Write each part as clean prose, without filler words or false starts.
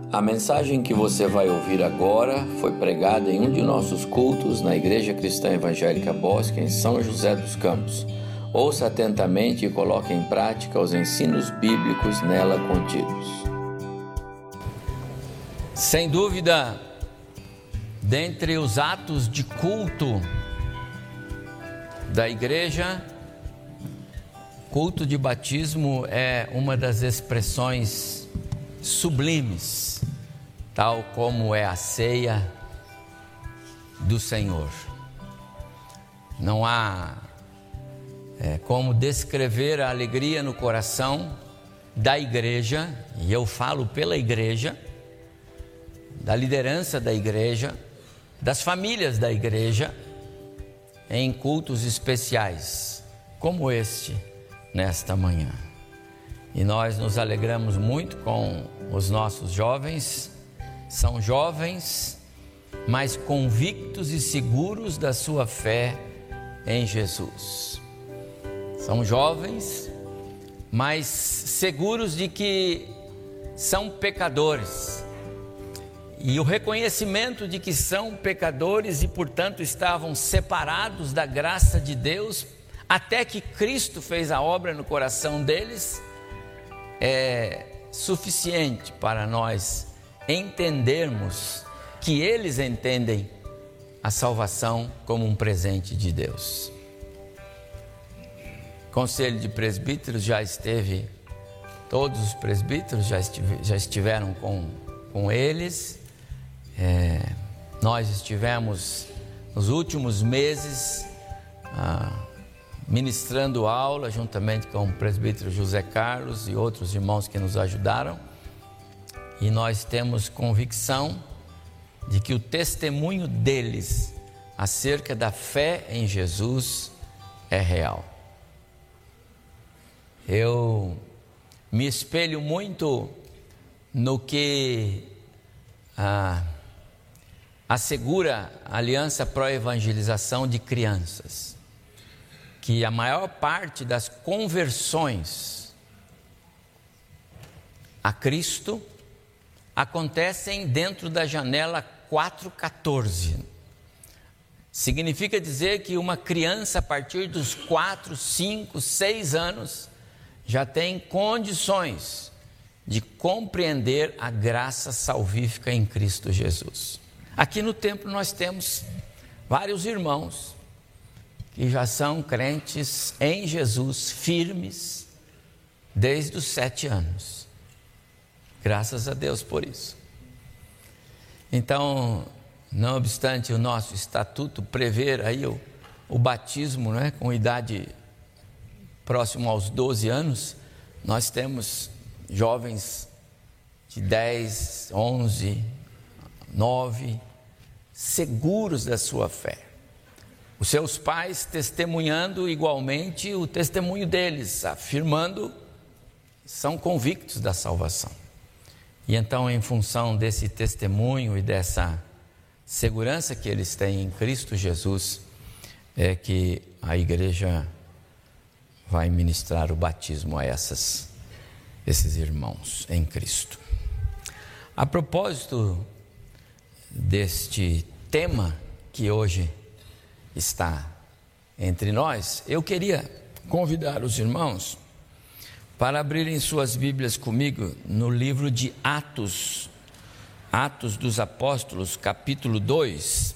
A mensagem que você vai ouvir agora foi pregada em um de nossos cultos na Igreja Cristã Evangélica Bosque, em São José dos Campos. Ouça atentamente e coloque em prática os ensinos bíblicos nela contidos. Sem dúvida, dentre os atos de culto da igreja, culto de batismo é uma das expressões sublimes, tal como é a ceia do Senhor. Não há como descrever a alegria no coração da igreja, e eu falo pela igreja, da liderança da igreja, das famílias da igreja, em cultos especiais como este, nesta manhã. E nós nos alegramos muito com os nossos jovens. São jovens, mas convictos e seguros da sua fé em Jesus. São jovens, mas seguros de que são pecadores. E o reconhecimento de que são pecadores e, portanto, estavam separados da graça de Deus, até que Cristo fez a obra no coração deles, é suficiente para nós entendermos que eles entendem a salvação como um presente de Deus. O Conselho de Presbíteros já esteve, todos os presbíteros já estiveram com eles. Nós estivemos nos últimos meses ministrando aula juntamente com o presbítero José Carlos e outros irmãos que nos ajudaram, e nós temos convicção de que o testemunho deles acerca da fé em Jesus é real. Eu me espelho muito no que assegura a Aliança Pró-Evangelização de Crianças, que a maior parte das conversões a Cristo acontecem dentro da janela 4,14. Significa dizer que uma criança a partir dos 4, 5, 6 anos já tem condições de compreender a graça salvífica em Cristo Jesus. Aqui no templo nós temos vários irmãos que já são crentes em Jesus, firmes, desde os 7 anos. Graças a Deus por isso. Então, não obstante o nosso estatuto prever aí o batismo, com idade próximo aos 12 anos, nós temos jovens de 10, 11, 9, seguros da sua fé. Os seus pais testemunhando igualmente o testemunho deles, afirmando que são convictos da salvação. E então, em função desse testemunho e dessa segurança que eles têm em Cristo Jesus, é que a igreja vai ministrar o batismo a esses irmãos em Cristo. A propósito deste tema que hoje está entre nós, eu queria convidar os irmãos para abrirem suas Bíblias comigo no livro de Atos dos Apóstolos, capítulo 2.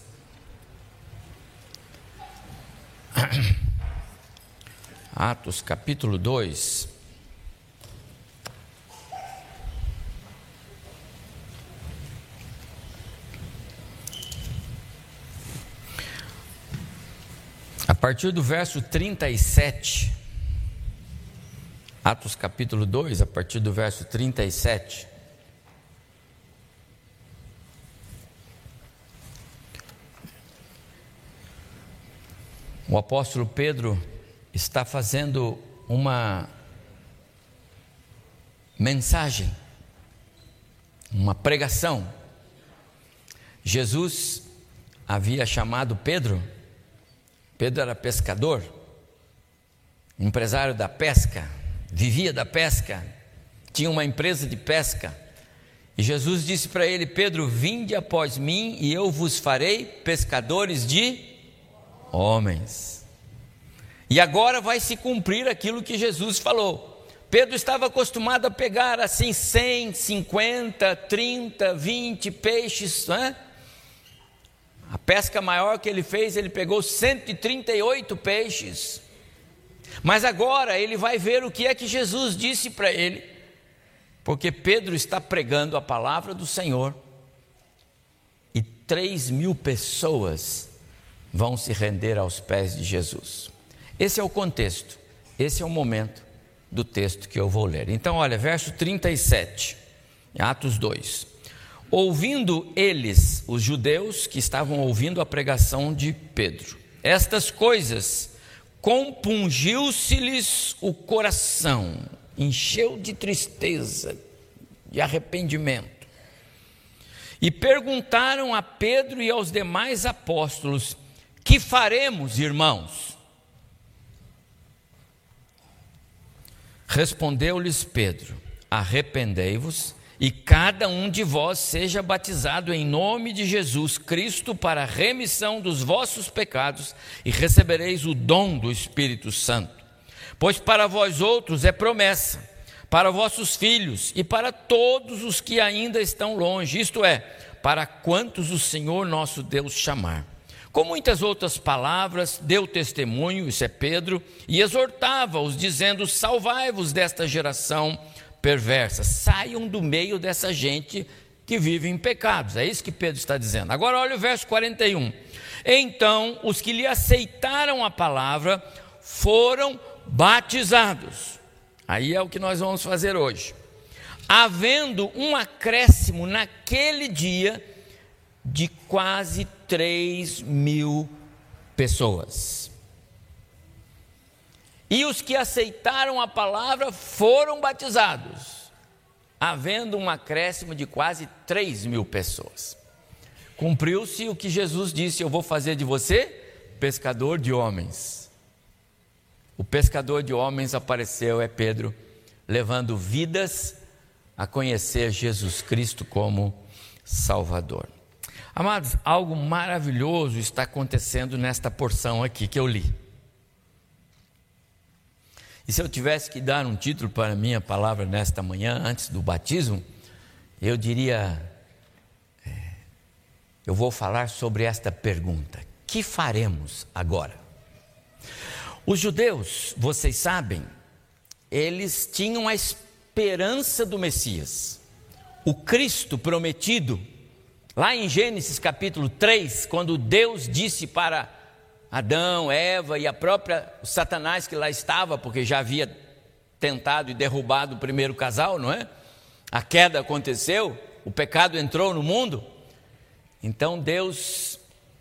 Atos, capítulo 2. A partir do verso 37, Atos capítulo 2, a partir do verso 37, o apóstolo Pedro está fazendo uma mensagem, uma pregação. Jesus havia chamado Pedro era pescador, empresário da pesca, vivia da pesca, tinha uma empresa de pesca, E Jesus disse para ele: Pedro, vinde após mim e eu vos farei pescadores de homens. E agora vai se cumprir aquilo que Jesus falou. Pedro estava acostumado a pegar assim 100, 50, 30, 20 peixes, né? A pesca maior que ele fez, ele pegou 138 peixes. Mas agora ele vai ver o que é que Jesus disse para ele, porque Pedro está pregando a palavra do Senhor e 3.000 pessoas vão se render aos pés de Jesus. Esse é o contexto, esse é o momento do texto que eu vou ler. Então olha, verso 37, Atos 2. Ouvindo eles, os judeus que estavam ouvindo a pregação de Pedro, estas coisas, compungiu-se-lhes o coração, encheu de tristeza, de arrependimento. E perguntaram a Pedro e aos demais apóstolos: que faremos, irmãos? Respondeu-lhes Pedro: arrependei-vos e cada um de vós seja batizado em nome de Jesus Cristo para a remissão dos vossos pecados e recebereis o dom do Espírito Santo. Pois para vós outros é promessa, para vossos filhos e para todos os que ainda estão longe, isto é, para quantos o Senhor nosso Deus chamar. Com muitas outras palavras, deu testemunho, isso é Pedro, e exortava-os, dizendo: salvai-vos desta geração perversa, saiam do meio dessa gente que vive em pecados. É isso que Pedro está dizendo. Agora olha o verso 41. Então os que lhe aceitaram a palavra foram batizados. Aí é o que nós vamos fazer hoje. Havendo um acréscimo naquele dia de quase 3.000 pessoas. E os que aceitaram a palavra foram batizados, havendo um acréscimo de quase 3.000 pessoas. Cumpriu-se o que Jesus disse: eu vou fazer de você pescador de homens. O pescador de homens apareceu, é Pedro, levando vidas a conhecer Jesus Cristo como Salvador. Amados, algo maravilhoso está acontecendo nesta porção aqui que eu li. E se eu tivesse que dar um título para a minha palavra nesta manhã, antes do batismo, eu diria, eu vou falar sobre esta pergunta: que faremos agora? Os judeus, vocês sabem, eles tinham a esperança do Messias, o Cristo prometido. Lá em Gênesis capítulo 3, quando Deus disse para Adão, Eva e a própria Satanás que lá estava, porque já havia tentado e derrubado o primeiro casal, não é? A queda aconteceu, o pecado entrou no mundo. Então Deus,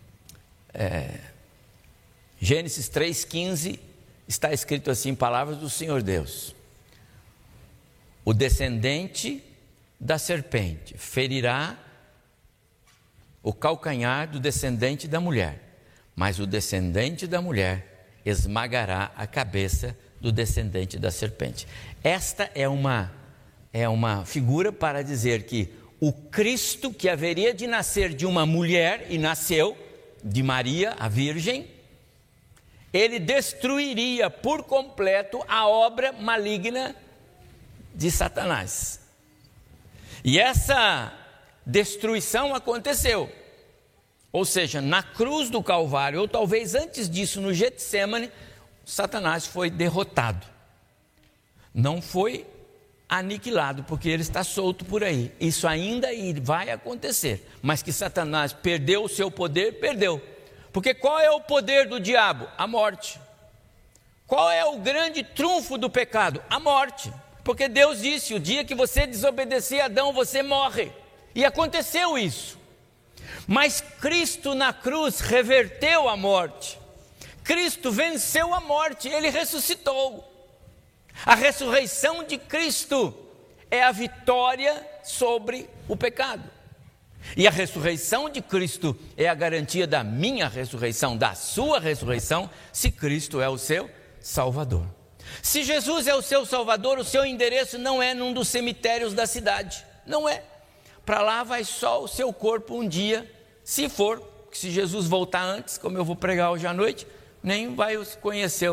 Gênesis 3,15, está escrito assim, palavras do Senhor Deus: o descendente da serpente ferirá o calcanhar do descendente da mulher, mas o descendente da mulher esmagará a cabeça do descendente da serpente. Esta é uma figura para dizer que o Cristo que haveria de nascer de uma mulher, e nasceu de Maria, a Virgem, ele destruiria por completo a obra maligna de Satanás. E essa destruição aconteceu. Ou seja, na cruz do Calvário, ou talvez antes disso, no Getsemane, Satanás foi derrotado. Não foi aniquilado, porque ele está solto por aí. Isso ainda vai acontecer. Mas que Satanás perdeu o seu poder, perdeu. Porque qual é o poder do diabo? A morte. Qual é o grande trunfo do pecado? A morte. Porque Deus disse: o dia que você desobedecer a Adão, você morre. E aconteceu isso. Mas Cristo na cruz reverteu a morte. Cristo venceu a morte, ele ressuscitou. A ressurreição de Cristo é a vitória sobre o pecado. E a ressurreição de Cristo é a garantia da minha ressurreição, da sua ressurreição, se Cristo é o seu Salvador. Se Jesus é o seu Salvador, o seu endereço não é num dos cemitérios da cidade, não é. Para lá vai só o seu corpo um dia, se Jesus voltar antes, como eu vou pregar hoje à noite, nem vai conhecer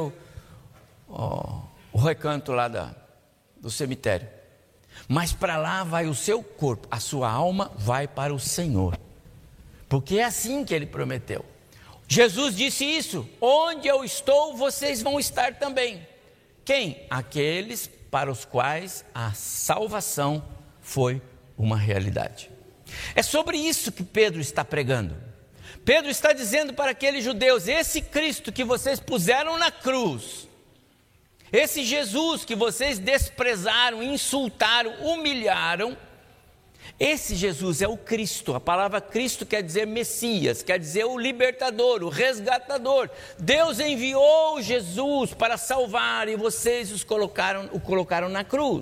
o recanto lá do cemitério. Mas para lá vai o seu corpo, a sua alma vai para o Senhor, porque é assim que Ele prometeu. Jesus disse isso: onde eu estou, vocês vão estar também. Quem? Aqueles para os quais a salvação foi uma realidade. É sobre isso que Pedro está pregando. Pedro está dizendo para aqueles judeus: esse Cristo que vocês puseram na cruz, esse Jesus que vocês desprezaram, insultaram, humilharam, esse Jesus é o Cristo. A palavra Cristo quer dizer Messias, quer dizer o libertador, o resgatador. Deus enviou Jesus para salvar e vocês o colocaram na cruz.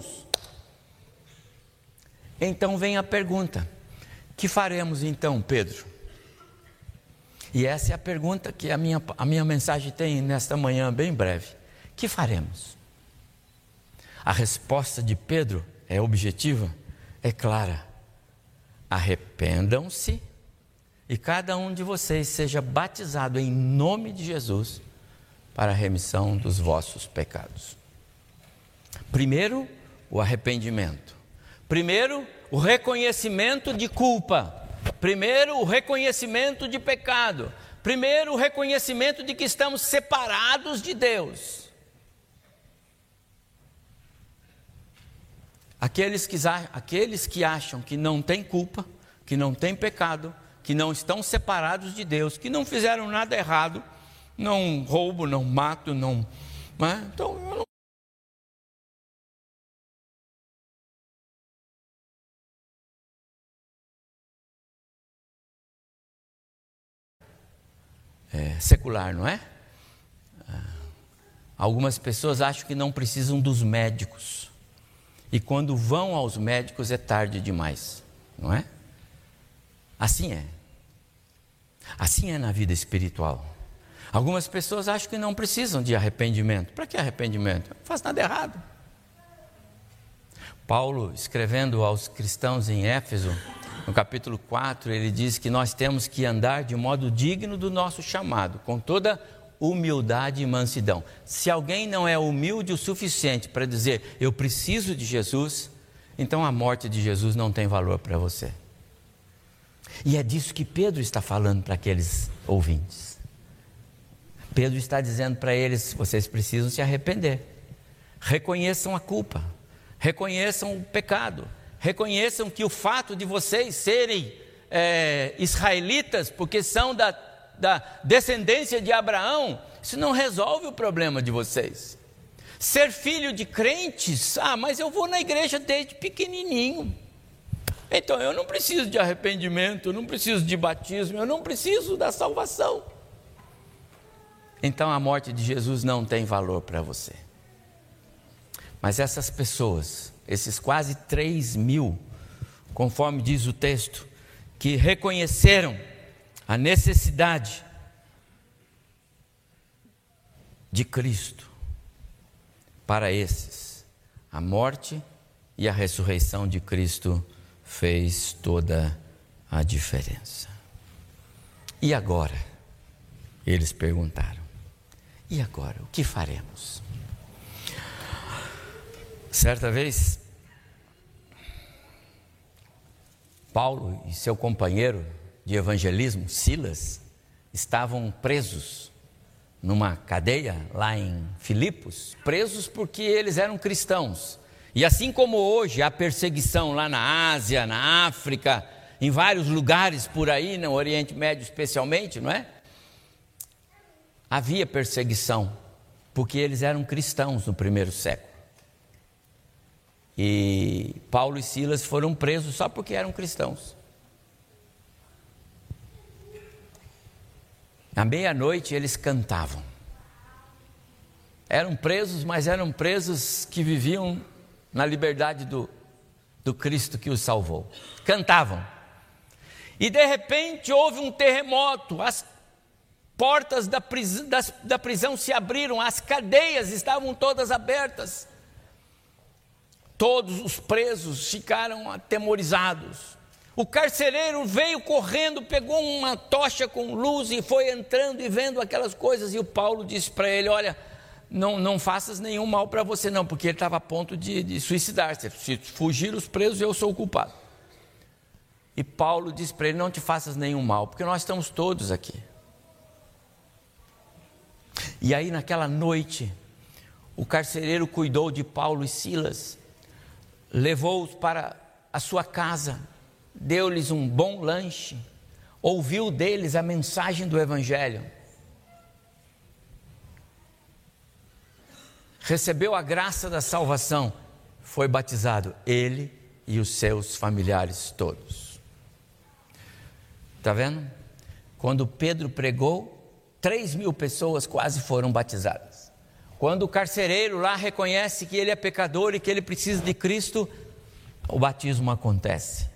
Então vem a pergunta: que faremos então, Pedro? E essa é a pergunta que a minha mensagem tem nesta manhã, bem breve. Que faremos? A resposta de Pedro é objetiva, é clara: arrependam-se e cada um de vocês seja batizado em nome de Jesus para a remissão dos vossos pecados. Primeiro, o arrependimento. Primeiro, o reconhecimento de culpa. Primeiro, o reconhecimento de pecado. Primeiro, o reconhecimento de que estamos separados de Deus. Aqueles que acham que não tem culpa, que não tem pecado, que não estão separados de Deus, que não fizeram nada errado, não roubo, não mato, então eu não. É secular, não é? Algumas pessoas acham que não precisam dos médicos. E quando vão aos médicos é tarde demais, não é? Assim é. Assim é na vida espiritual. Algumas pessoas acham que não precisam de arrependimento. Para que arrependimento? Não faz nada errado. Paulo, escrevendo aos cristãos em Éfeso, no capítulo 4, ele diz que nós temos que andar de modo digno do nosso chamado, com toda humildade e mansidão. Se alguém não é humilde o suficiente para dizer eu preciso de Jesus, então a morte de Jesus não tem valor para você. E é disso que Pedro está falando para aqueles ouvintes. Pedro está dizendo para eles: vocês precisam se arrepender, reconheçam a culpa, reconheçam o pecado, reconheçam que o fato de vocês serem israelitas, porque são da descendência de Abraão, isso não resolve o problema de vocês. Ser filho de crentes, mas eu vou na igreja desde pequenininho, então eu não preciso de arrependimento, eu não preciso de batismo, eu não preciso da salvação. Então a morte de Jesus não tem valor para você. Mas essas pessoas, esses quase 3.000, conforme diz o texto, que reconheceram a necessidade de Cristo, para esses, a morte e a ressurreição de Cristo fez toda a diferença. E agora? Eles perguntaram: e agora, o que faremos? Certa vez, Paulo e seu companheiro de evangelismo, Silas, estavam presos numa cadeia lá em Filipos, presos porque eles eram cristãos. E assim como hoje há perseguição lá na Ásia, na África, em vários lugares por aí, no Oriente Médio especialmente, não é? Havia perseguição, porque eles eram cristãos no primeiro século. E Paulo e Silas foram presos só porque eram cristãos. À meia-noite eles cantavam. Eram presos, mas eram presos que viviam na liberdade do Cristo que os salvou. Cantavam. E de repente houve um terremoto, as portas da prisão se abriram, as cadeias estavam todas abertas. Todos os presos ficaram atemorizados. O carcereiro veio correndo, pegou uma tocha com luz e foi entrando e vendo aquelas coisas. E o Paulo disse para ele: olha, não faças nenhum mal para você não, porque ele estava a ponto de suicidar-se. Se fugir os presos, eu sou o culpado. E Paulo disse para ele: não te faças nenhum mal, porque nós estamos todos aqui. E aí naquela noite, o carcereiro cuidou de Paulo e Silas, levou-os para a sua casa, deu-lhes um bom lanche, ouviu deles a mensagem do Evangelho, recebeu a graça da salvação, foi batizado, ele e os seus familiares todos. Está vendo? Quando Pedro pregou, 3.000 pessoas quase foram batizadas. Quando o carcereiro lá reconhece que ele é pecador e que ele precisa de Cristo, o batismo acontece.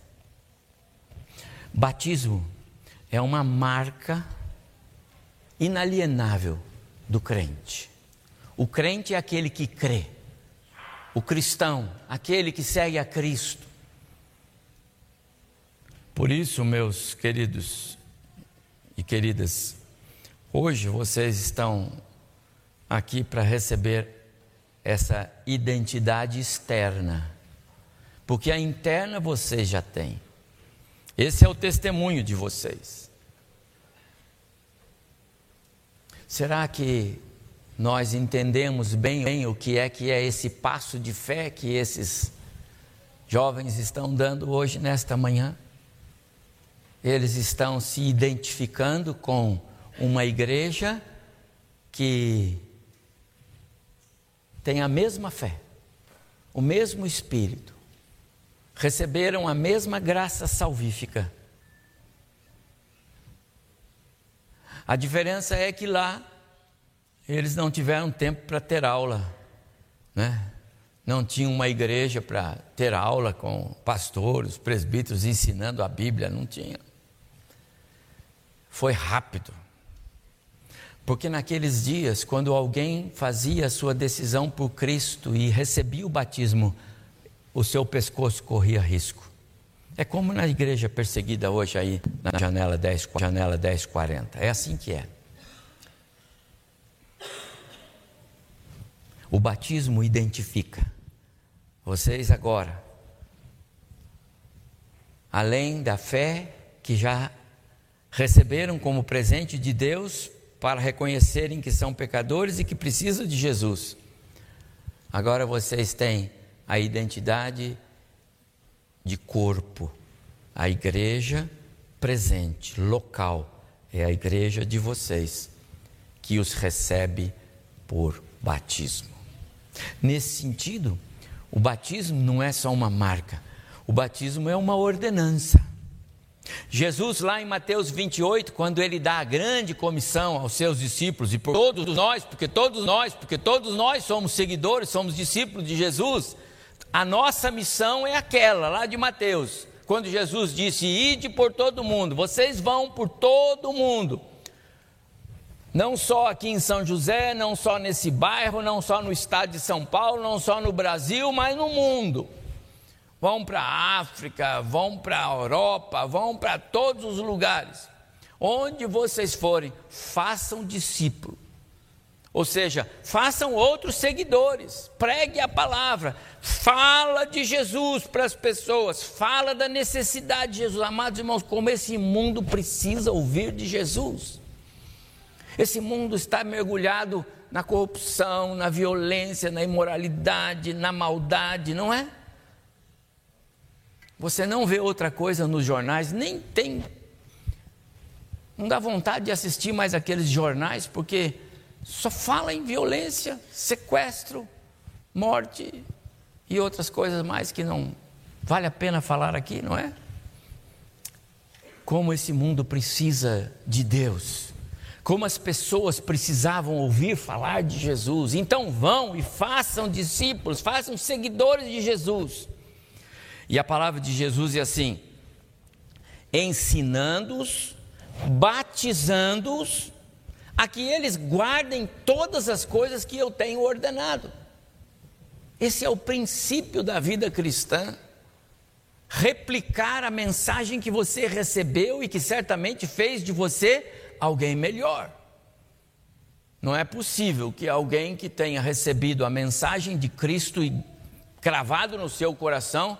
Batismo é uma marca inalienável do crente. O crente é aquele que crê. O cristão, aquele que segue a Cristo. Por isso, meus queridos e queridas, hoje vocês estão aqui para receber essa identidade externa, porque a interna vocês já têm. Esse é o testemunho de vocês. Será que nós entendemos bem o que é esse passo de fé que esses jovens estão dando hoje, nesta manhã? Eles estão se identificando com uma igreja que tem a mesma fé, o mesmo Espírito, receberam a mesma graça salvífica. A diferença é que lá eles não tiveram tempo para ter aula, né? Não tinham uma igreja para ter aula com pastores, presbíteros ensinando a Bíblia, não tinha. Foi rápido. Porque naqueles dias, quando alguém fazia a sua decisão por Cristo e recebia o batismo, o seu pescoço corria risco. É como na igreja perseguida hoje aí, na janela 1040. É assim que é. O batismo identifica. Vocês agora, além da fé que já receberam como presente de Deus, para reconhecerem que são pecadores e que precisam de Jesus. Agora vocês têm a identidade de corpo. A igreja presente, local, é a igreja de vocês, que os recebe por batismo. Nesse sentido, o batismo não é só uma marca, o batismo é uma ordenança. Jesus lá em Mateus 28, quando ele dá a grande comissão aos seus discípulos, e por todos nós, porque todos nós somos seguidores, somos discípulos de Jesus, a nossa missão é aquela lá de Mateus, quando Jesus disse: ide por todo mundo, vocês vão por todo mundo, não só aqui em São José, não só nesse bairro, não só no estado de São Paulo, não só no Brasil, mas no mundo. Vão para a África, vão para a Europa, vão para todos os lugares. Onde vocês forem, façam discípulo. Ou seja, façam outros seguidores. Pregue a palavra. Fala de Jesus para as pessoas. Fala da necessidade de Jesus. Amados irmãos, como esse mundo precisa ouvir de Jesus. Esse mundo está mergulhado na corrupção, na violência, na imoralidade, na maldade, não é? Você não vê outra coisa nos jornais, não dá vontade de assistir mais aqueles jornais, porque só fala em violência, sequestro, morte e outras coisas mais que não vale a pena falar aqui, não é? Como esse mundo precisa de Deus, como as pessoas precisavam ouvir falar de Jesus. Então vão e façam discípulos, façam seguidores de Jesus. E a palavra de Jesus é assim: ensinando-os, batizando-os, a que eles guardem todas as coisas que eu tenho ordenado. Esse é o princípio da vida cristã. replicar a mensagem que você recebeu e que certamente fez de você alguém melhor. Não é possível que alguém que tenha recebido a mensagem de Cristo e cravado no seu coração,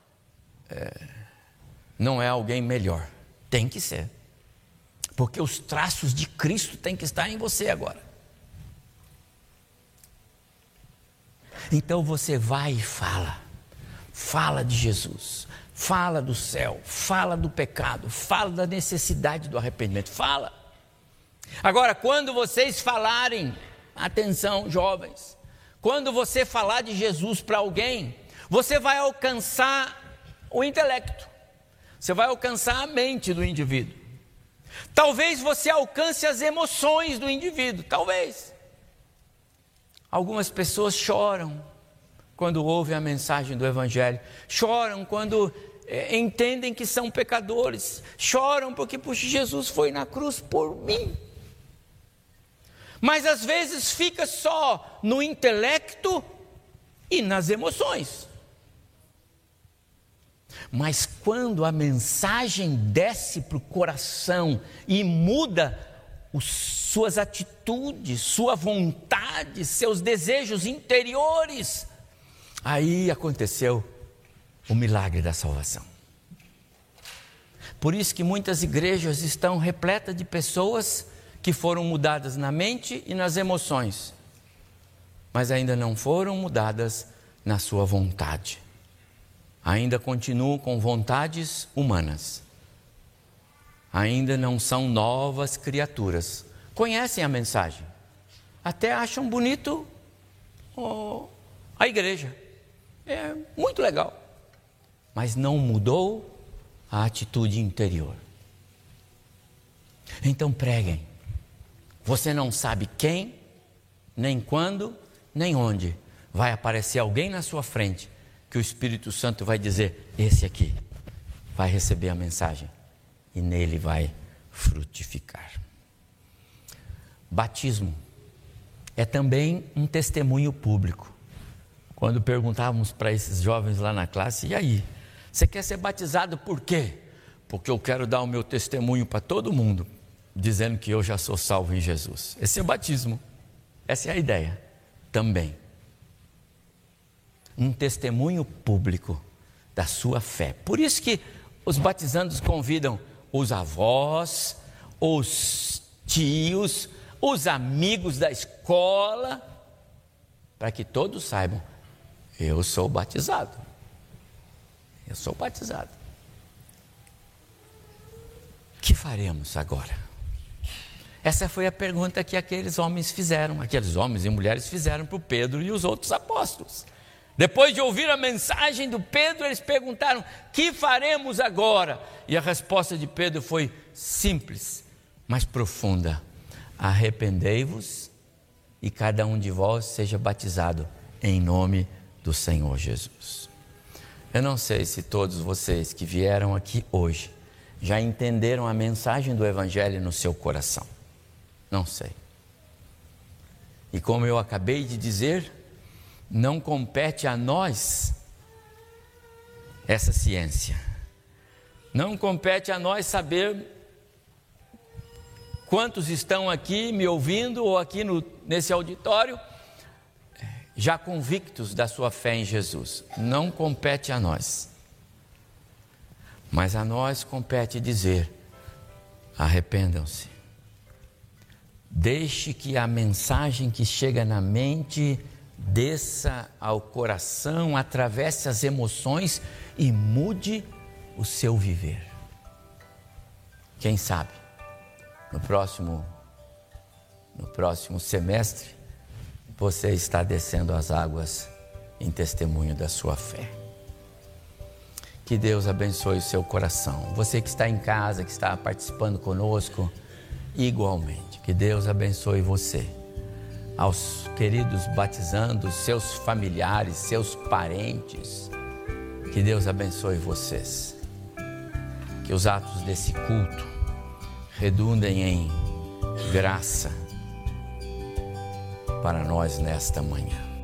não é alguém melhor. Tem que ser. Porque os traços de Cristo têm que estar em você agora. Então você vai e fala de Jesus, fala do céu, fala do pecado, fala da necessidade do arrependimento, fala. Agora, quando vocês falarem, atenção jovens, quando você falar de Jesus para alguém, você vai alcançar o intelecto, você vai alcançar a mente do indivíduo. Talvez você alcance as emoções do indivíduo, talvez. Algumas pessoas choram quando ouvem a mensagem do Evangelho, choram quando entendem que são pecadores, choram porque, puxa, Jesus foi na cruz por mim. Mas às vezes fica só no intelecto e nas emoções. Mas quando a mensagem desce para o coração e muda suas atitudes, sua vontade, seus desejos interiores, aí aconteceu o milagre da salvação. Por isso que muitas igrejas estão repletas de pessoas que foram mudadas na mente e nas emoções, mas ainda não foram mudadas na sua vontade. Ainda continuam com vontades humanas. Ainda não são novas criaturas. Conhecem a mensagem. Até acham bonito a igreja. É muito legal. Mas não mudou a atitude interior. Então preguem. Você não sabe quem, nem quando, nem onde vai aparecer alguém na sua frente que o Espírito Santo vai dizer: esse aqui vai receber a mensagem e nele vai frutificar. Batismo é também um testemunho público. Quando perguntávamos para esses jovens lá na classe: e aí, você quer ser batizado por quê? Porque eu quero dar o meu testemunho para todo mundo, dizendo que eu já sou salvo em Jesus. Esse é o batismo, essa é a ideia também. Um testemunho público da sua fé. Por isso que os batizandos convidam os avós, os tios, os amigos da escola, para que todos saibam: eu sou batizado. Eu sou batizado. O que faremos agora? Essa foi a pergunta que aqueles homens e mulheres fizeram para o Pedro e os outros apóstolos. Depois de ouvir a mensagem do Pedro, eles perguntaram: que faremos agora? E a resposta de Pedro foi simples, mas profunda: arrependei-vos e cada um de vós seja batizado em nome do Senhor Jesus. Eu não sei se todos vocês que vieram aqui hoje já entenderam a mensagem do Evangelho no seu coração. Não sei. E como eu acabei de dizer, não compete a nós essa ciência. Não compete a nós saber quantos estão aqui me ouvindo ou aqui nesse auditório já convictos da sua fé em Jesus. Não compete a nós. Mas a nós compete dizer: arrependam-se. Deixe que a mensagem que chega na mente desça ao coração, atravesse as emoções e mude o seu viver. Quem sabe, no próximo semestre, você está descendo as águas em testemunho da sua fé. Que Deus abençoe o seu coração. Você que está em casa, que está participando conosco, igualmente. Que Deus abençoe você. Aos queridos batizandos, seus familiares, seus parentes, que Deus abençoe vocês. Que os atos desse culto redundem em graça para nós nesta manhã.